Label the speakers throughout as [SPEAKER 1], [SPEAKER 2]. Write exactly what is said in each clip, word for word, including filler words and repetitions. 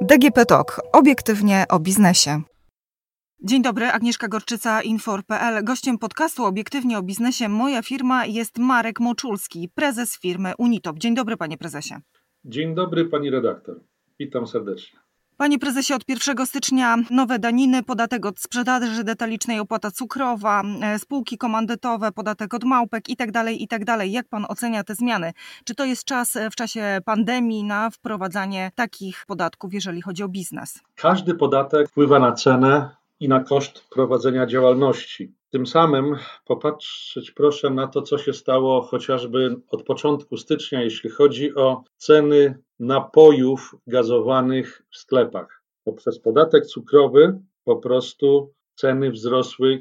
[SPEAKER 1] D G P Talk. Obiektywnie o biznesie. Dzień dobry, Agnieszka Gorczyca, Infor kropka p l. Gościem podcastu Obiektywnie o biznesie Moja firma jest Marek Moczulski, prezes firmy Unitop. Dzień dobry, panie prezesie.
[SPEAKER 2] Dzień dobry, pani redaktor. Witam serdecznie.
[SPEAKER 1] Panie prezesie, od pierwszego stycznia nowe daniny, podatek od sprzedaży detalicznej, opłata cukrowa, spółki komandytowe, podatek od małpek itd., itd. Jak pan ocenia te zmiany? Czy to jest czas w czasie pandemii na wprowadzanie takich podatków, jeżeli chodzi o biznes?
[SPEAKER 2] Każdy podatek wpływa na cenę i na koszt prowadzenia działalności. Tym samym popatrzeć proszę na to, co się stało chociażby od początku stycznia, jeśli chodzi o ceny napojów gazowanych w sklepach. Poprzez podatek cukrowy po prostu ceny wzrosły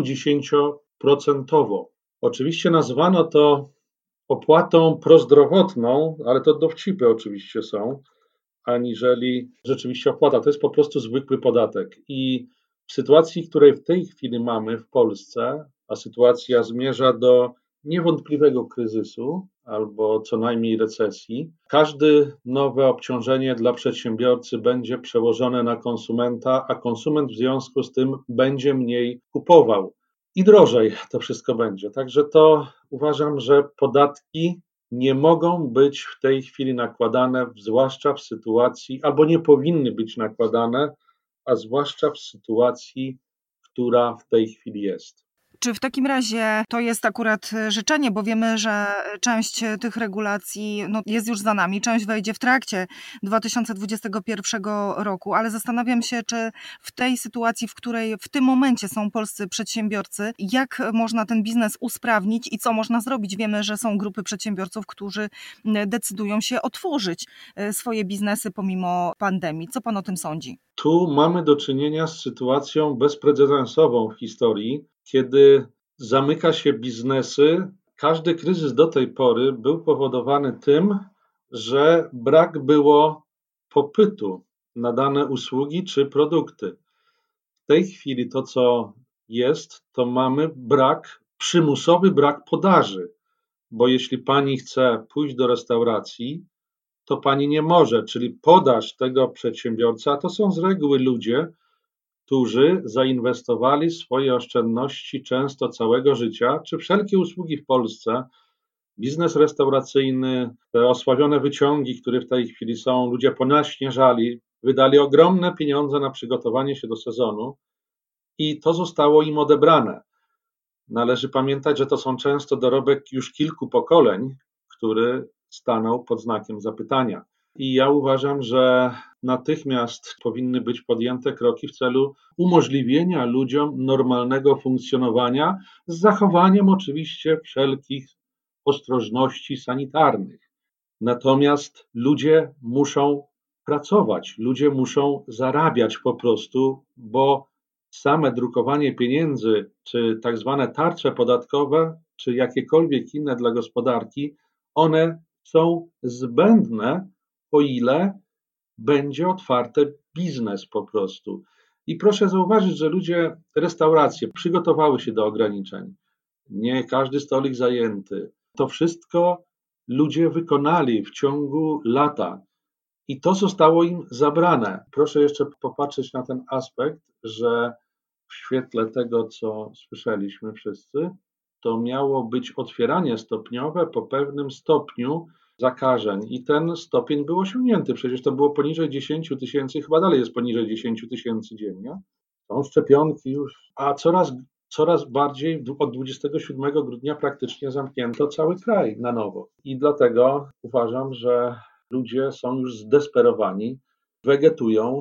[SPEAKER 2] kilkudziesięcioprocentowo. Oczywiście nazwano to opłatą prozdrowotną, ale to dowcipy oczywiście są, aniżeli rzeczywiście opłata. To jest po prostu zwykły podatek. I w sytuacji, której w tej chwili mamy w Polsce, a sytuacja zmierza do niewątpliwego kryzysu albo co najmniej recesji, każde nowe obciążenie dla przedsiębiorcy będzie przełożone na konsumenta, a konsument w związku z tym będzie mniej kupował i drożej to wszystko będzie. Także to uważam, że podatki nie mogą być w tej chwili nakładane, zwłaszcza w sytuacji, albo nie powinny być nakładane, a zwłaszcza w sytuacji, która w tej chwili jest.
[SPEAKER 1] Czy w takim razie to jest akurat życzenie, bo wiemy, że część tych regulacji no, jest już za nami, część wejdzie w trakcie dwa tysiące dwudziestego pierwszego roku, ale zastanawiam się, czy w tej sytuacji, w której w tym momencie są polscy przedsiębiorcy, jak można ten biznes usprawnić i co można zrobić? Wiemy, że są grupy przedsiębiorców, którzy decydują się otworzyć swoje biznesy pomimo pandemii. Co pan o tym sądzi?
[SPEAKER 2] Tu mamy do czynienia z sytuacją bezprecedensową w historii, kiedy zamyka się biznesy. Każdy kryzys do tej pory był powodowany tym, że brak było popytu na dane usługi czy produkty. W tej chwili to, co jest, to mamy brak, przymusowy brak podaży, bo jeśli pani chce pójść do restauracji, to pani nie może, czyli podaż tego przedsiębiorca to są z reguły ludzie, którzy zainwestowali swoje oszczędności często całego życia, czy wszelkie usługi w Polsce, biznes restauracyjny, te osławione wyciągi, które w tej chwili są, ludzie ponaśnieżali, wydali ogromne pieniądze na przygotowanie się do sezonu i to zostało im odebrane. Należy pamiętać, że to są często dorobek już kilku pokoleń, który stanął pod znakiem zapytania. I ja uważam, że natychmiast powinny być podjęte kroki w celu umożliwienia ludziom normalnego funkcjonowania z zachowaniem oczywiście wszelkich ostrożności sanitarnych. Natomiast ludzie muszą pracować, ludzie muszą zarabiać po prostu, bo same drukowanie pieniędzy, czy tak zwane tarcze podatkowe, czy jakiekolwiek inne dla gospodarki, one są zbędne, o ile będzie otwarty biznes po prostu. I proszę zauważyć, że ludzie, restauracje przygotowały się do ograniczeń. Nie każdy stolik zajęty. To wszystko ludzie wykonali w ciągu lata i to zostało im zabrane. Proszę jeszcze popatrzeć na ten aspekt, że w świetle tego, co słyszeliśmy wszyscy, to miało być otwieranie stopniowe po pewnym stopniu zakażeń i ten stopień był osiągnięty. Przecież to było poniżej dziesięć tysięcy, chyba dalej jest poniżej dziesięć tysięcy dziennie. Są szczepionki już, a coraz, coraz bardziej od dwudziestego siódmego grudnia praktycznie zamknięto cały kraj na nowo. I dlatego uważam, że ludzie są już zdesperowani, wegetują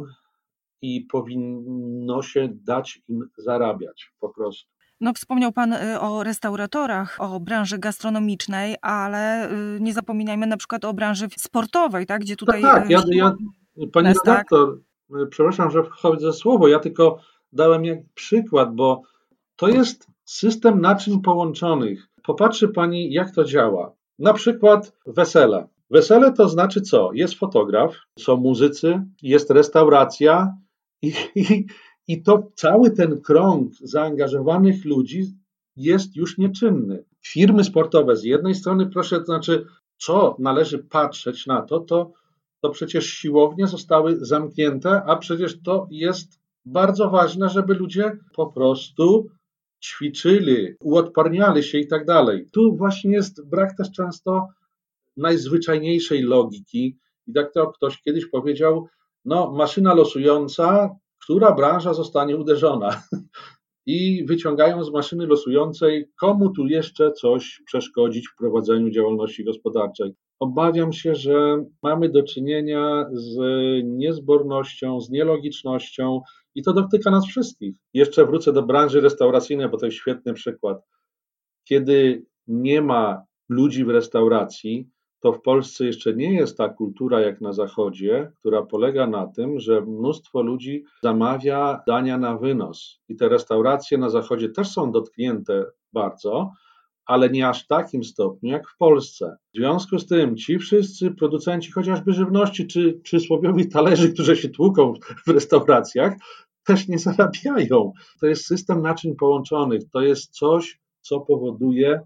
[SPEAKER 2] i powinno się dać im zarabiać po prostu.
[SPEAKER 1] No, wspomniał pan o restauratorach, o branży gastronomicznej, ale nie zapominajmy na przykład o branży sportowej, tak? Gdzie tutaj...
[SPEAKER 2] Tak, tak. Ja, ja, pani redaktor, tak? Przepraszam, że wchodzę w słowo, ja tylko dałem jak przykład, bo to jest system naczyń połączonych. Popatrzy pani, jak to działa. Na przykład wesele. Wesele to znaczy co? Jest fotograf, są muzycy, jest restauracja i... i I to cały ten krąg zaangażowanych ludzi jest już nieczynny. Firmy sportowe z jednej strony, proszę, to znaczy, co należy patrzeć na to, to to przecież siłownie zostały zamknięte, a przecież to jest bardzo ważne, żeby ludzie po prostu ćwiczyli, uodparniali się i tak dalej. Tu właśnie jest brak też często najzwyczajniejszej logiki. I tak to ktoś kiedyś powiedział, no maszyna losująca, która branża zostanie uderzona. I wyciągają z maszyny losującej, komu tu jeszcze coś przeszkodzić w prowadzeniu działalności gospodarczej. Obawiam się, że mamy do czynienia z niezbornością, z nielogicznością i to dotyka nas wszystkich. Jeszcze wrócę do branży restauracyjnej, bo to jest świetny przykład. Kiedy nie ma ludzi w restauracji, to w Polsce jeszcze nie jest ta kultura jak na Zachodzie, która polega na tym, że mnóstwo ludzi zamawia dania na wynos. I te restauracje na Zachodzie też są dotknięte bardzo, ale nie aż w takim stopniu jak w Polsce. W związku z tym ci wszyscy producenci chociażby żywności czy przysłowiowi talerzy, którzy się tłuką w restauracjach, też nie zarabiają. To jest system naczyń połączonych. To jest coś, co powoduje,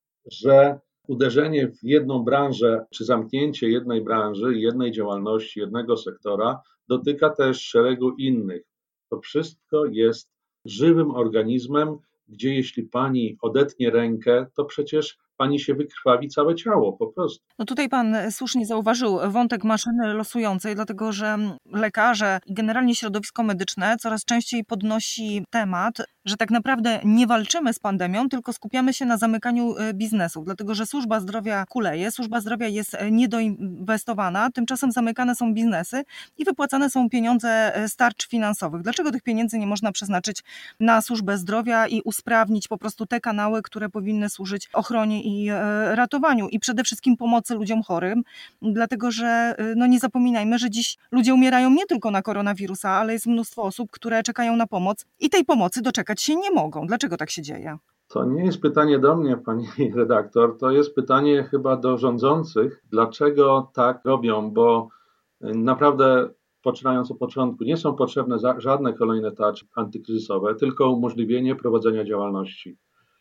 [SPEAKER 2] że uderzenie w jedną branżę, czy zamknięcie jednej branży, jednej działalności, jednego sektora dotyka też szeregu innych. To wszystko jest żywym organizmem, gdzie jeśli pani odetnie rękę, to przecież pani się wykrwawi całe ciało, po prostu.
[SPEAKER 1] No tutaj pan słusznie zauważył wątek maszyny losującej, dlatego że lekarze i generalnie środowisko medyczne coraz częściej podnosi temat, że tak naprawdę nie walczymy z pandemią, tylko skupiamy się na zamykaniu biznesów, dlatego że służba zdrowia kuleje, służba zdrowia jest niedoinwestowana, tymczasem zamykane są biznesy i wypłacane są pieniądze z tarcz finansowych. Dlaczego tych pieniędzy nie można przeznaczyć na służbę zdrowia i usprawnić po prostu te kanały, które powinny służyć ochronie i ratowaniu i przede wszystkim pomocy ludziom chorym, dlatego że no nie zapominajmy, że dziś ludzie umierają nie tylko na koronawirusa, ale jest mnóstwo osób, które czekają na pomoc i tej pomocy doczekać się nie mogą. Dlaczego tak się dzieje?
[SPEAKER 2] To nie jest pytanie do mnie, pani redaktor, to jest pytanie chyba do rządzących, dlaczego tak robią, bo naprawdę poczynając od początku, nie są potrzebne żadne kolejne tarcze antykryzysowe, tylko umożliwienie prowadzenia działalności.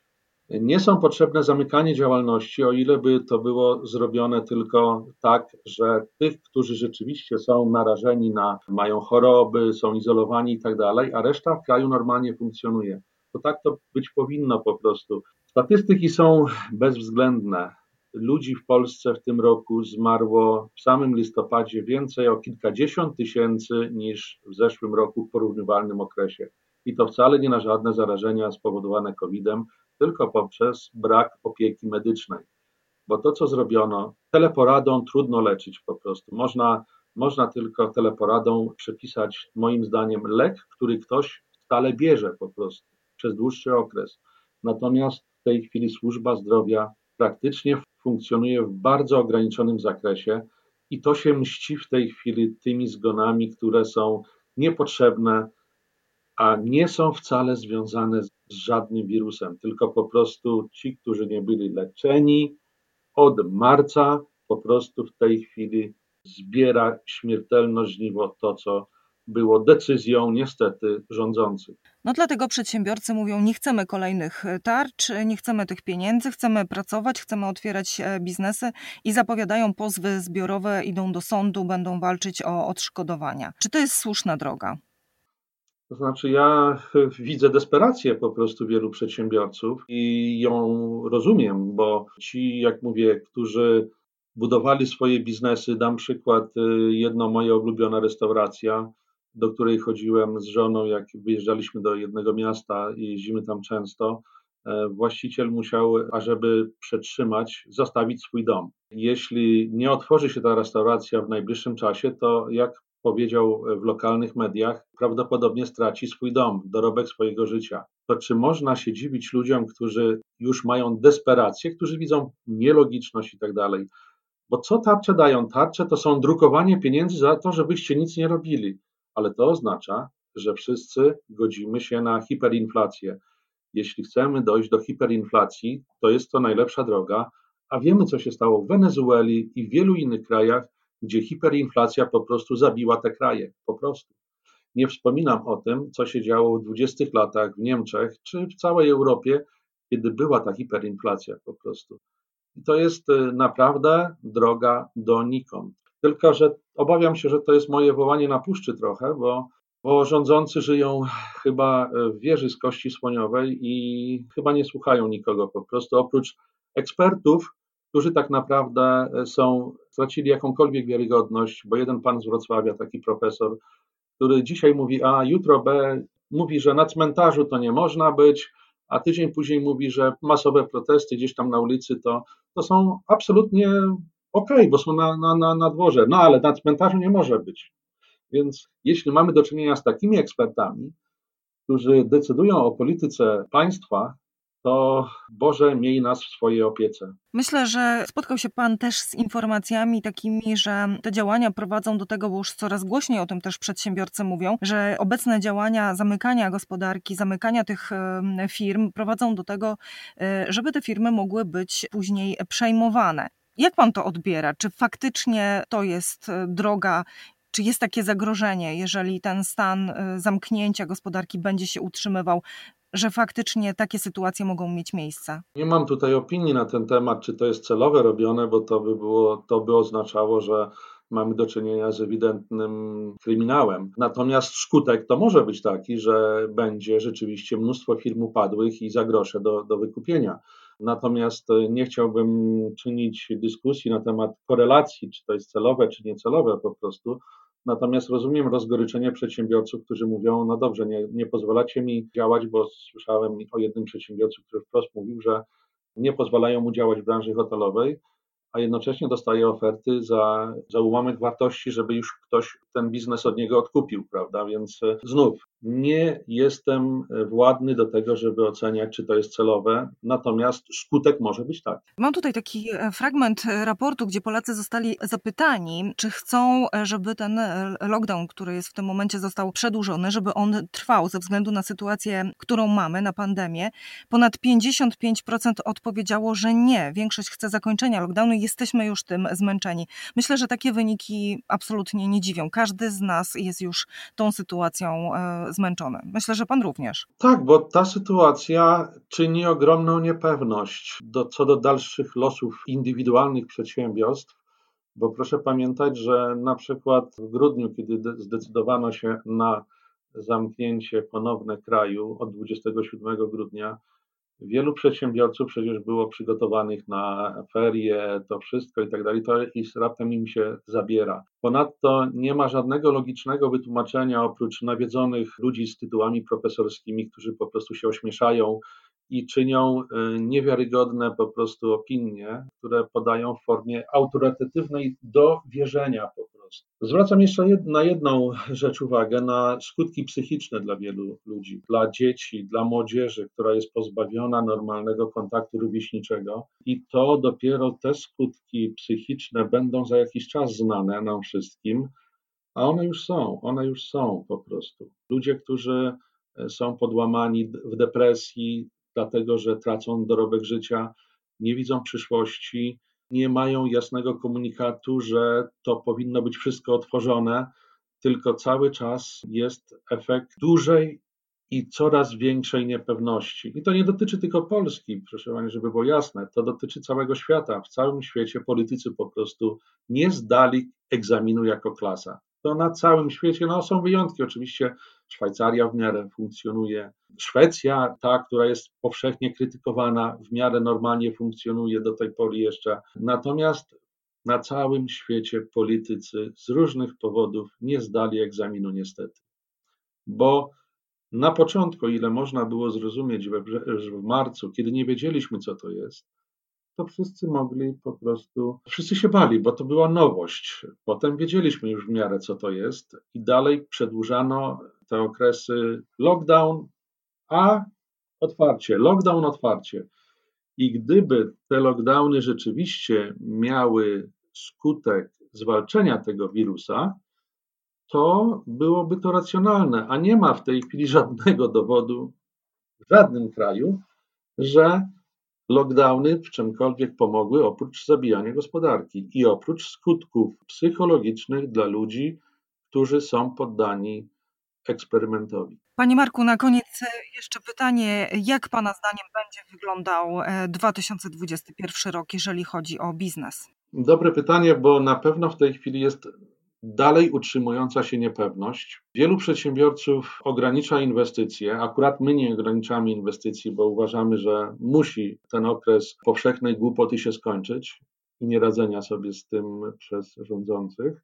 [SPEAKER 2] Nie są potrzebne zamykanie działalności, o ile by to było zrobione tylko tak, że tych, którzy rzeczywiście są narażeni na, mają choroby, są izolowani i tak dalej, a reszta w kraju normalnie funkcjonuje. To tak to być powinno po prostu. Statystyki są bezwzględne. Ludzi w Polsce w tym roku zmarło w samym listopadzie więcej o kilkadziesiąt tysięcy niż w zeszłym roku w porównywalnym okresie. I to wcale nie na żadne zarażenia spowodowane kowidem, tylko poprzez brak opieki medycznej. Bo to, co zrobiono, teleporadą trudno leczyć po prostu. Można, można tylko teleporadą przepisać, moim zdaniem, lek, który ktoś stale bierze po prostu przez dłuższy okres. Natomiast w tej chwili służba zdrowia praktycznie funkcjonuje w bardzo ograniczonym zakresie i to się mści w tej chwili tymi zgonami, które są niepotrzebne, a nie są wcale związane z żadnym wirusem, tylko po prostu ci, którzy nie byli leczeni od marca, po prostu w tej chwili zbiera śmiertelne żniwo to, co było decyzją niestety rządzących.
[SPEAKER 1] No dlatego przedsiębiorcy mówią, nie chcemy kolejnych tarcz, nie chcemy tych pieniędzy, chcemy pracować, chcemy otwierać biznesy i zapowiadają pozwy zbiorowe, idą do sądu, będą walczyć o odszkodowania. Czy to jest słuszna droga?
[SPEAKER 2] To znaczy, ja widzę desperację po prostu wielu przedsiębiorców i ją rozumiem, bo ci, jak mówię, którzy budowali swoje biznesy, dam przykład, jedna moja ulubiona restauracja, do której chodziłem z żoną, jak wyjeżdżaliśmy do jednego miasta i jeździmy tam często, właściciel musiał, ażeby przetrzymać, zostawić swój dom. Jeśli nie otworzy się ta restauracja w najbliższym czasie, to jak powiedział w lokalnych mediach, prawdopodobnie straci swój dom, dorobek swojego życia. To czy można się dziwić ludziom, którzy już mają desperację, którzy widzą nielogiczność i tak dalej? Bo co tarcze dają? Tarcze to są drukowanie pieniędzy za to, żebyście nic nie robili. Ale to oznacza, że wszyscy godzimy się na hiperinflację. Jeśli chcemy dojść do hiperinflacji, to jest to najlepsza droga, a wiemy, co się stało w Wenezueli i w wielu innych krajach, gdzie hiperinflacja po prostu zabiła te kraje, po prostu. Nie wspominam o tym, co się działo w dwudziestych latach w Niemczech czy w całej Europie, kiedy była ta hiperinflacja po prostu. I to jest naprawdę droga donikąd. Tylko że obawiam się, że to jest moje wołanie na puszczy trochę, bo, bo rządzący żyją chyba w wieży z kości słoniowej i chyba nie słuchają nikogo po prostu, oprócz ekspertów, którzy tak naprawdę są, stracili jakąkolwiek wiarygodność, bo jeden pan z Wrocławia, taki profesor, który dzisiaj mówi A, jutro B, mówi, że na cmentarzu to nie można być, a tydzień później mówi, że masowe protesty gdzieś tam na ulicy to, to są absolutnie okej, okay, bo są na, na, na, na dworze, no ale na cmentarzu nie może być. Więc jeśli mamy do czynienia z takimi ekspertami, którzy decydują o polityce państwa, to Boże, miej nas w swojej opiece.
[SPEAKER 1] Myślę, że spotkał się Pan też z informacjami takimi, że te działania prowadzą do tego, bo już coraz głośniej o tym też przedsiębiorcy mówią, że obecne działania zamykania gospodarki, zamykania tych firm prowadzą do tego, żeby te firmy mogły być później przejmowane. Jak Pan to odbiera? Czy faktycznie to jest droga? Czy jest takie zagrożenie, jeżeli ten stan zamknięcia gospodarki będzie się utrzymywał, że faktycznie takie sytuacje mogą mieć miejsce?
[SPEAKER 2] Nie mam tutaj opinii na ten temat, czy to jest celowe robione, bo to by było, to by oznaczało, że mamy do czynienia z ewidentnym kryminałem. Natomiast skutek to może być taki, że będzie rzeczywiście mnóstwo firm upadłych i za grosze do, do wykupienia. Natomiast nie chciałbym czynić dyskusji na temat korelacji, czy to jest celowe, czy niecelowe po prostu. Natomiast rozumiem rozgoryczenie przedsiębiorców, którzy mówią, no dobrze, nie, nie pozwalacie mi działać, bo słyszałem o jednym przedsiębiorcy, który wprost mówił, że nie pozwalają mu działać w branży hotelowej, a jednocześnie dostaje oferty za, za ułamek wartości, żeby już ktoś ten biznes od niego odkupił, prawda? Więc znów nie jestem władny do tego, żeby oceniać, czy to jest celowe, natomiast skutek może być taki.
[SPEAKER 1] Mam tutaj taki fragment raportu, gdzie Polacy zostali zapytani, czy chcą, żeby ten lockdown, który jest w tym momencie został przedłużony, żeby on trwał ze względu na sytuację, którą mamy, na pandemię. Ponad pięćdziesiąt pięć procent odpowiedziało, że nie. Większość chce zakończenia lockdownu i jesteśmy już tym zmęczeni. Myślę, że takie wyniki absolutnie nie dziwią. Każdy z nas jest już tą sytuacją zmęczony. Myślę, że Pan również.
[SPEAKER 2] Tak, bo ta sytuacja czyni ogromną niepewność do, co do dalszych losów indywidualnych przedsiębiorstw, bo proszę pamiętać, że na przykład w grudniu, kiedy zdecydowano się na zamknięcie ponowne kraju od dwudziestego siódmego grudnia, wielu przedsiębiorców przecież było przygotowanych na ferie, to wszystko i tak dalej, to i raptem im się zabiera. Ponadto nie ma żadnego logicznego wytłumaczenia oprócz nawiedzonych ludzi z tytułami profesorskimi, którzy po prostu się ośmieszają i czynią niewiarygodne po prostu opinie, które podają w formie autorytatywnej do wierzenia po prostu. Zwracam jeszcze jed- na jedną rzecz uwagę, na skutki psychiczne dla wielu ludzi, dla dzieci, dla młodzieży, która jest pozbawiona normalnego kontaktu rówieśniczego i to dopiero te skutki psychiczne będą za jakiś czas znane nam wszystkim, a one już są, one już są po prostu. Ludzie, którzy są podłamani w depresji, dlatego że tracą dorobek życia, nie widzą przyszłości, nie mają jasnego komunikatu, że to powinno być wszystko otworzone, tylko cały czas jest efekt dużej i coraz większej niepewności. I to nie dotyczy tylko Polski, proszę Pani, żeby było jasne, to dotyczy całego świata. W całym świecie politycy po prostu nie zdali egzaminu jako klasa. To na całym świecie, no są wyjątki, oczywiście Szwajcaria w miarę funkcjonuje, Szwecja, ta, która jest powszechnie krytykowana, w miarę normalnie funkcjonuje do tej pory jeszcze. Natomiast na całym świecie politycy z różnych powodów nie zdali egzaminu niestety. Bo na początku, ile można było zrozumieć we, w marcu, kiedy nie wiedzieliśmy, co to jest, to wszyscy mogli po prostu, wszyscy się bali, bo to była nowość. Potem wiedzieliśmy już w miarę, co to jest i dalej przedłużano te okresy lockdown, a otwarcie, lockdown, otwarcie. I gdyby te lockdowny rzeczywiście miały skutek zwalczenia tego wirusa, to byłoby to racjonalne, a nie ma w tej chwili żadnego dowodu w żadnym kraju, że lockdowny w czymkolwiek pomogły oprócz zabijania gospodarki i oprócz skutków psychologicznych dla ludzi, którzy są poddani eksperymentowi.
[SPEAKER 1] Panie Marku, na koniec jeszcze pytanie, jak Pana zdaniem będzie wyglądał dwa tysiące dwudziesty pierwszy rok, jeżeli chodzi o biznes?
[SPEAKER 2] Dobre pytanie, bo na pewno w tej chwili jest dalej utrzymująca się niepewność. Wielu przedsiębiorców ogranicza inwestycje. Akurat my nie ograniczamy inwestycji, bo uważamy, że musi ten okres powszechnej głupoty się skończyć i nieradzenia sobie z tym przez rządzących.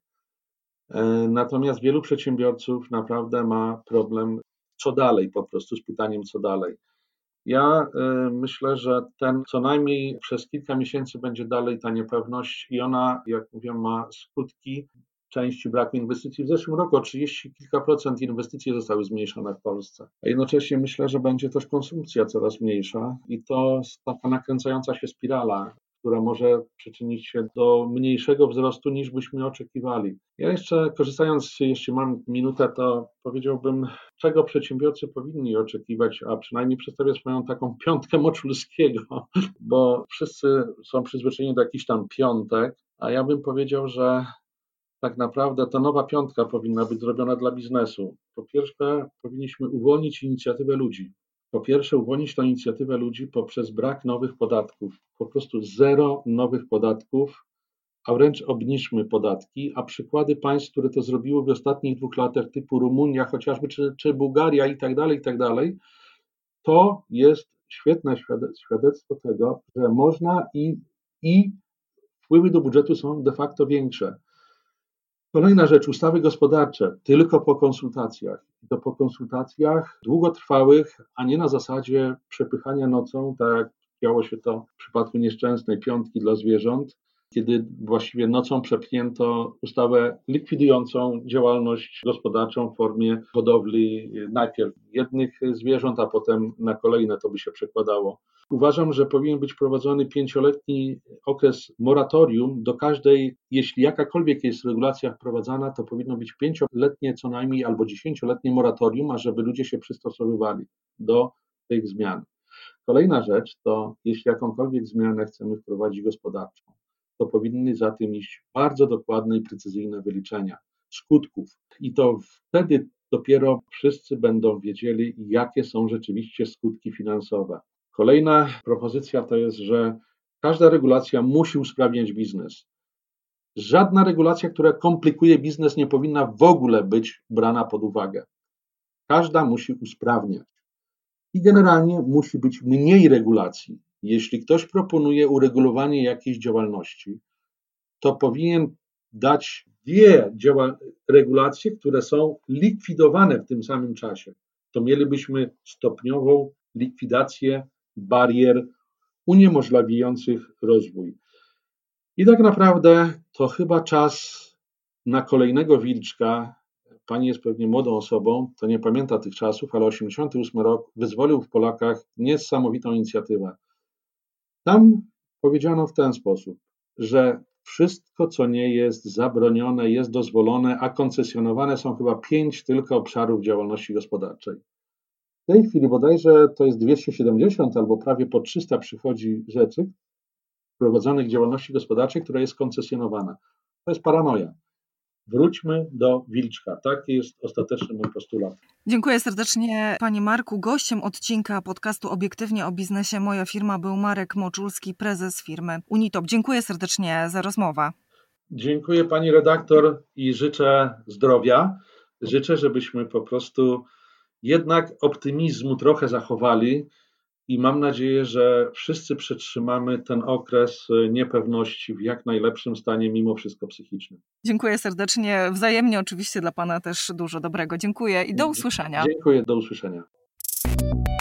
[SPEAKER 2] Natomiast wielu przedsiębiorców naprawdę ma problem, co dalej, po prostu z pytaniem, co dalej. Ja myślę, że ten co najmniej przez kilka miesięcy będzie dalej ta niepewność i ona, jak mówię, ma skutki części braku inwestycji. W zeszłym roku o trzydzieści kilka procent inwestycji zostały zmniejszone w Polsce. A jednocześnie myślę, że będzie też konsumpcja coraz mniejsza i to taka nakręcająca się spirala, która może przyczynić się do mniejszego wzrostu niż byśmy oczekiwali. Ja jeszcze korzystając, jeśli mam minutę, to powiedziałbym, czego przedsiębiorcy powinni oczekiwać, a przynajmniej przedstawię swoją taką piątkę Moczulskiego, bo wszyscy są przyzwyczajeni do jakichś tam piątek, a ja bym powiedział, że tak naprawdę ta nowa piątka powinna być zrobiona dla biznesu. Po pierwsze, powinniśmy uwolnić inicjatywę ludzi. Po pierwsze, uwolnić tę inicjatywę ludzi poprzez brak nowych podatków. Po prostu zero nowych podatków, a wręcz obniżmy podatki. A przykłady państw, które to zrobiły w ostatnich dwóch latach, typu Rumunia chociażby, czy, czy Bułgaria i tak dalej, i tak dalej, to jest świetne świadectwo tego, że można i, i wpływy do budżetu są de facto większe. Kolejna rzecz, ustawy gospodarcze, tylko po konsultacjach. I to po konsultacjach długotrwałych, a nie na zasadzie przepychania nocą, tak jak działo się to w przypadku nieszczęsnej piątki dla zwierząt, kiedy właściwie nocą przepchnięto ustawę likwidującą działalność gospodarczą w formie hodowli najpierw jednych zwierząt, a potem na kolejne to by się przekładało. Uważam, że powinien być wprowadzony pięcioletni okres moratorium do każdej, jeśli jakakolwiek jest regulacja wprowadzana, to powinno być pięcioletnie co najmniej albo dziesięcioletnie moratorium, ażeby ludzie się przystosowywali do tych zmian. Kolejna rzecz to, jeśli jakąkolwiek zmianę chcemy wprowadzić gospodarczą, to powinny za tym iść bardzo dokładne i precyzyjne wyliczenia skutków. I to wtedy dopiero wszyscy będą wiedzieli, jakie są rzeczywiście skutki finansowe. Kolejna propozycja to jest, że każda regulacja musi usprawniać biznes. Żadna regulacja, która komplikuje biznes, nie powinna w ogóle być brana pod uwagę. Każda musi usprawniać. I generalnie musi być mniej regulacji. Jeśli ktoś proponuje uregulowanie jakiejś działalności, to powinien dać dwie działa- regulacje, które są likwidowane w tym samym czasie. To mielibyśmy stopniową likwidację barier uniemożliwiających rozwój. I tak naprawdę to chyba czas na kolejnego Wilczka. Pani jest pewnie młodą osobą, to nie pamięta tych czasów, ale osiemdziesiąty ósmy rok wyzwolił w Polakach niesamowitą inicjatywę. Tam powiedziano w ten sposób, że wszystko, co nie jest zabronione, jest dozwolone, a koncesjonowane są chyba pięć tylko obszarów działalności gospodarczej. W tej chwili bodajże to jest dwieście siedemdziesiąt albo prawie po trzysta przychodzi rzeczy prowadzonych działalności gospodarczej, która jest koncesjonowana. To jest paranoja. Wróćmy do Wilczka. Taki jest ostateczny mój postulat.
[SPEAKER 1] Dziękuję serdecznie Panie Marku. Gościem odcinka podcastu Obiektywnie o biznesie Moja firma był Marek Moczulski, prezes firmy Unitop. Dziękuję serdecznie za rozmowę.
[SPEAKER 2] Dziękuję Pani redaktor i życzę zdrowia. Życzę, żebyśmy po prostu jednak optymizmu trochę zachowali i mam nadzieję, że wszyscy przetrzymamy ten okres niepewności w jak najlepszym stanie, mimo wszystko psychicznym.
[SPEAKER 1] Dziękuję serdecznie. Wzajemnie oczywiście dla Pana też dużo dobrego. Dziękuję i do usłyszenia.
[SPEAKER 2] Dziękuję, do usłyszenia.